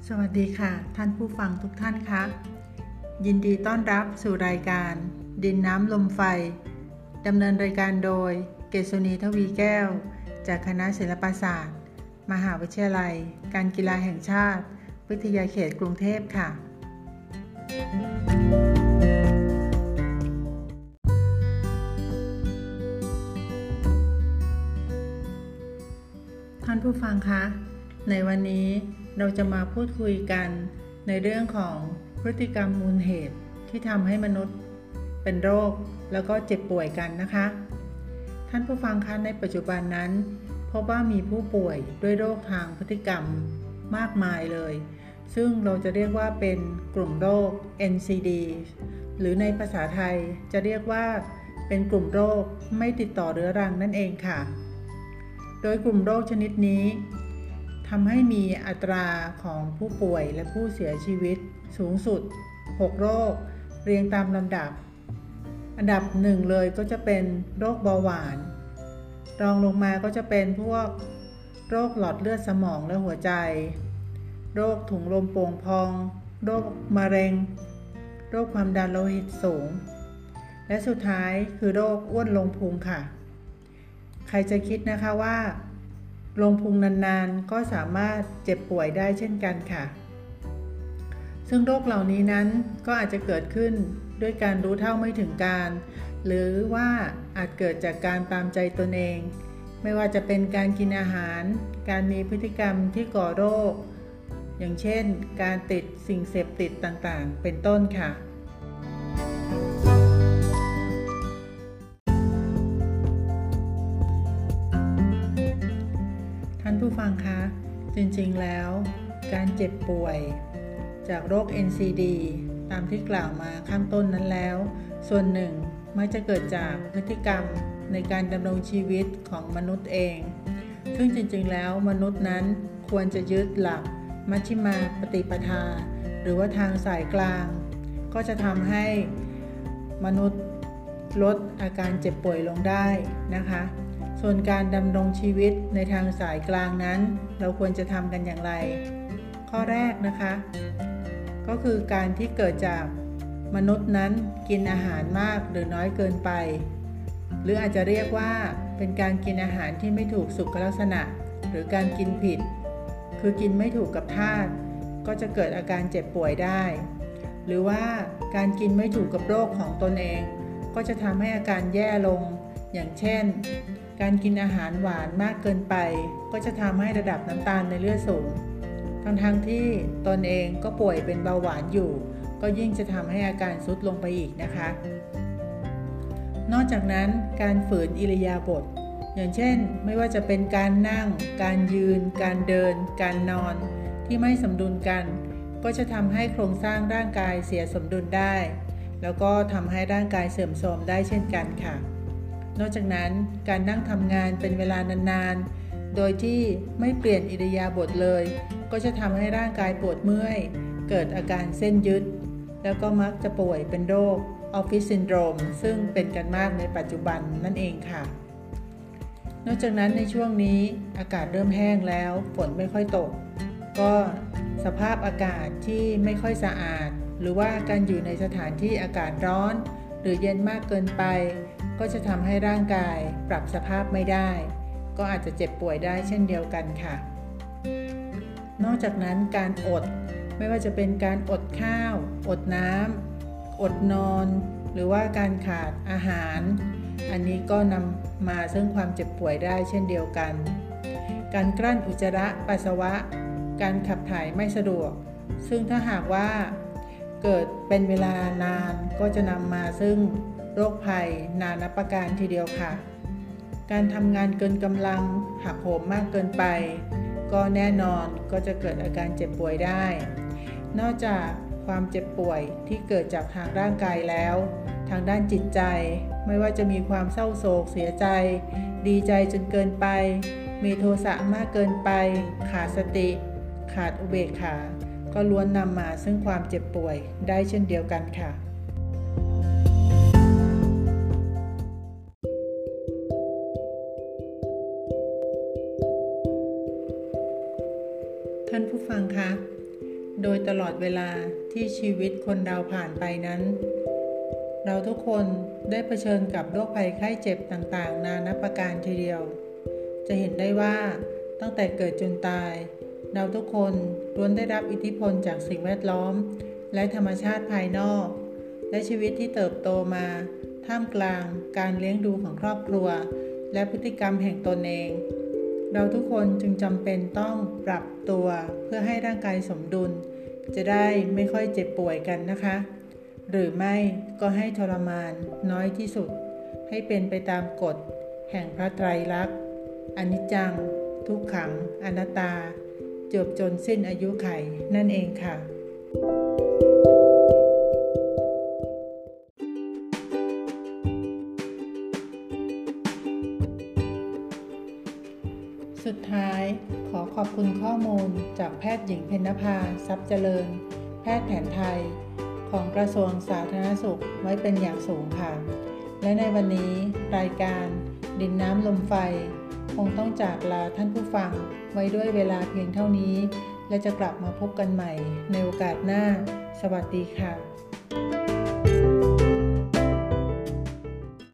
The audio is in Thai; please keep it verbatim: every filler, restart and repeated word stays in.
สวัสดีค่ะท่านผู้ฟังทุกท่านคะยินดีต้อนรับสู่รายการดินน้ำลมไฟดำเนินรายการโดยเกษุณีทวีแก้วจากคณะศิลปศาสตร์มหาวิทยาลัยการกีฬาแห่งชาติวิทยาเขตกรุงเทพค่ะท่านผู้ฟังคะในวันนี้เราจะมาพูดคุยกันในเรื่องของพฤติกรรมมูลเหตุที่ทำให้มนุษย์เป็นโรคแล้วก็เจ็บป่วยกันนะคะท่านผู้ฟังคะในปัจจุบันนั้นพบว่ามีผู้ป่วยด้วยโรคทางพฤติกรรมมากมายเลยซึ่งเราจะเรียกว่าเป็นกลุ่มโรค เอ็น ซี ดี หรือในภาษาไทยจะเรียกว่าเป็นกลุ่มโรคไม่ติดต่อเรื้อรังนั่นเองค่ะโดยกลุ่มโรคชนิดนี้ทำให้มีอัตราของผู้ป่วยและผู้เสียชีวิตสูงสุดหกโรคเรียงตามลำดับอันดับหนึ่งเลยก็จะเป็นโรคเบาหวานรองลงมาก็จะเป็นพวกโรคหลอดเลือดสมองและหัวใจโรคถุงลมโป่งพองโรคมะเร็งโรคความดันโลหิตสูงและสุดท้ายคือโรคอ้วนลงพุงค่ะใครจะคิดนะคะว่าลงพุงนานๆก็สามารถเจ็บป่วยได้เช่นกันค่ะซึ่งโรคเหล่านี้นั้นก็อาจจะเกิดขึ้นด้วยการรู้เท่าไม่ถึงการหรือว่าอาจเกิดจากการตามใจตนเองไม่ว่าจะเป็นการกินอาหารการมีพฤติกรรมที่ก่อโรคอย่างเช่นการติดสิ่งเสพติดต่างๆเป็นต้นค่ะท่านผู้ฟังคะจริงๆแล้วการเจ็บป่วยจากโรค เอ็น ซี ดี ตามที่กล่าวมาข้างต้นนั้นแล้วส่วนหนึ่งมักจะเกิดจากพฤติกรรมในการดำรงชีวิตของมนุษย์เองซึ่งจริงๆแล้วมนุษย์นั้นควรจะยึดหลักมัชฌิมาปฏิปทาหรือว่าทางสายกลางก็จะทำให้มนุษย์ลดอาการเจ็บป่วยลงได้นะคะส่วนการดำรงชีวิตในทางสายกลางนั้นเราควรจะทำกันอย่างไรข้อแรกนะคะก็คือการที่เกิดจากมนุษย์นั้นกินอาหารมากหรือน้อยเกินไปหรืออาจจะเรียกว่าเป็นการกินอาหารที่ไม่ถูกสุขลักษณะหรือการกินผิดคือกินไม่ถูกกับธาตุก็จะเกิดอาการเจ็บป่วยได้หรือว่าการกินไม่ถูกกับโรคของตนเองก็จะทำให้อาการแย่ลงอย่างเช่นการกินอาหารหวานมากเกินไปก็จะทำให้ระดับน้ำตาลในเลือดสูงทั้งๆ ท, ที่ตนเองก็ป่วยเป็นเบาหวานอยู่ก็ยิ่งจะทำให้อาการทรุดลงไปอีกนะคะนอกจากนั้นการฝืนอิริยาบถอย่างเช่นไม่ว่าจะเป็นการนั่งการยืนการเดินการนอนที่ไม่สมดุลกันก็จะทำให้โครงสร้างร่างกายเสียสมดุลได้แล้วก็ทำให้ร่างกายเสื่อมโทรมได้เช่นกันค่ะนอกจากนั้นการนั่งทำงานเป็นเวลานานๆโดยที่ไม่เปลี่ยนอิริยาบถเลยก็จะทำให้ร่างกายปวดเมื่อยเกิดอาการเส้นยึดแล้วก็มักจะป่วยเป็นโรคออฟฟิศซินโดรมซึ่งเป็นกันมากในปัจจุบันนั่นเองค่ะนอกจากนั้นในช่วงนี้อากาศเริ่มแห้งแล้วฝนไม่ค่อยตกก็สภาพอากาศที่ไม่ค่อยสะอาดหรือว่าการอยู่ในสถานที่อากาศร้อนหรือเย็นมากเกินไปก็จะทำให้ร่างกายปรับสภาพไม่ได้ก็อาจจะเจ็บป่วยได้เช่นเดียวกันค่ะนอกจากนั้นการอดไม่ว่าจะเป็นการอดข้าวอดน้ำอดนอนหรือว่าการขาดอาหารอันนี้ก็นำมาซึ่งความเจ็บป่วยได้เช่นเดียวกันการกลั้นอุจจาระปัสสาวะการขับถ่ายไม่สะดวกซึ่งถ้าหากว่าเกิดเป็นเวลานานก็จะนำมาซึ่งโรคภัยนานาประการทีเดียวค่ะการทำงานเกินกำลังหักโหมมากเกินไปก็แน่นอนก็จะเกิดอาการเจ็บป่วยได้นอกจากความเจ็บป่วยที่เกิดจากทางร่างกายแล้วทางด้านจิตใจไม่ว่าจะมีความเศร้าโศกเสียใจดีใจจนเกินไปมีโทสะมากเกินไปขาดสติขาดอุเบกขาก็ล้วนนำมาซึ่งความเจ็บป่วยได้เช่นเดียวกันค่ะท่านผู้ฟังคะโดยตลอดเวลาที่ชีวิตคนเราผ่านไปนั้นเราทุกคนได้เผชิญกับโรคภัยไข้เจ็บต่างๆนานับประการทีเดียวจะเห็นได้ว่าตั้งแต่เกิดจนตายเราทุกคนล้วนได้รับอิทธิพลจากสิ่งแวดล้อมและธรรมชาติภายนอกและชีวิตที่เติบโตมาท่ามกลางการเลี้ยงดูของครอบครัวและพฤติกรรมแห่งตนเองเราทุกคนจึงจำเป็นต้องปรับตัวเพื่อให้ร่างกายสมดุลจะได้ไม่ค่อยเจ็บป่วยกันนะคะหรือไม่ก็ให้ทรมานน้อยที่สุดให้เป็นไปตามกฎแห่งพระไตรลักษณ์อนิจจังทุกขังอนัตตาจบจนสิ้นอายุไขนั่นเองค่ะสุดท้ายขอขอบคุณข้อมูลจากแพทย์หญิงเพ็ญนภาทรัพย์เจริญแพทย์แผนไทยของกระทรวงสาธารณสุขไว้เป็นอย่างสูงค่ะและในวันนี้รายการดินน้ำลมไฟคงต้องจากลาท่านผู้ฟังไว้ด้วยเวลาเพียงเท่านี้และจะกลับมาพบกันใหม่ในโอกาสหน้าสวัสดีค่ะ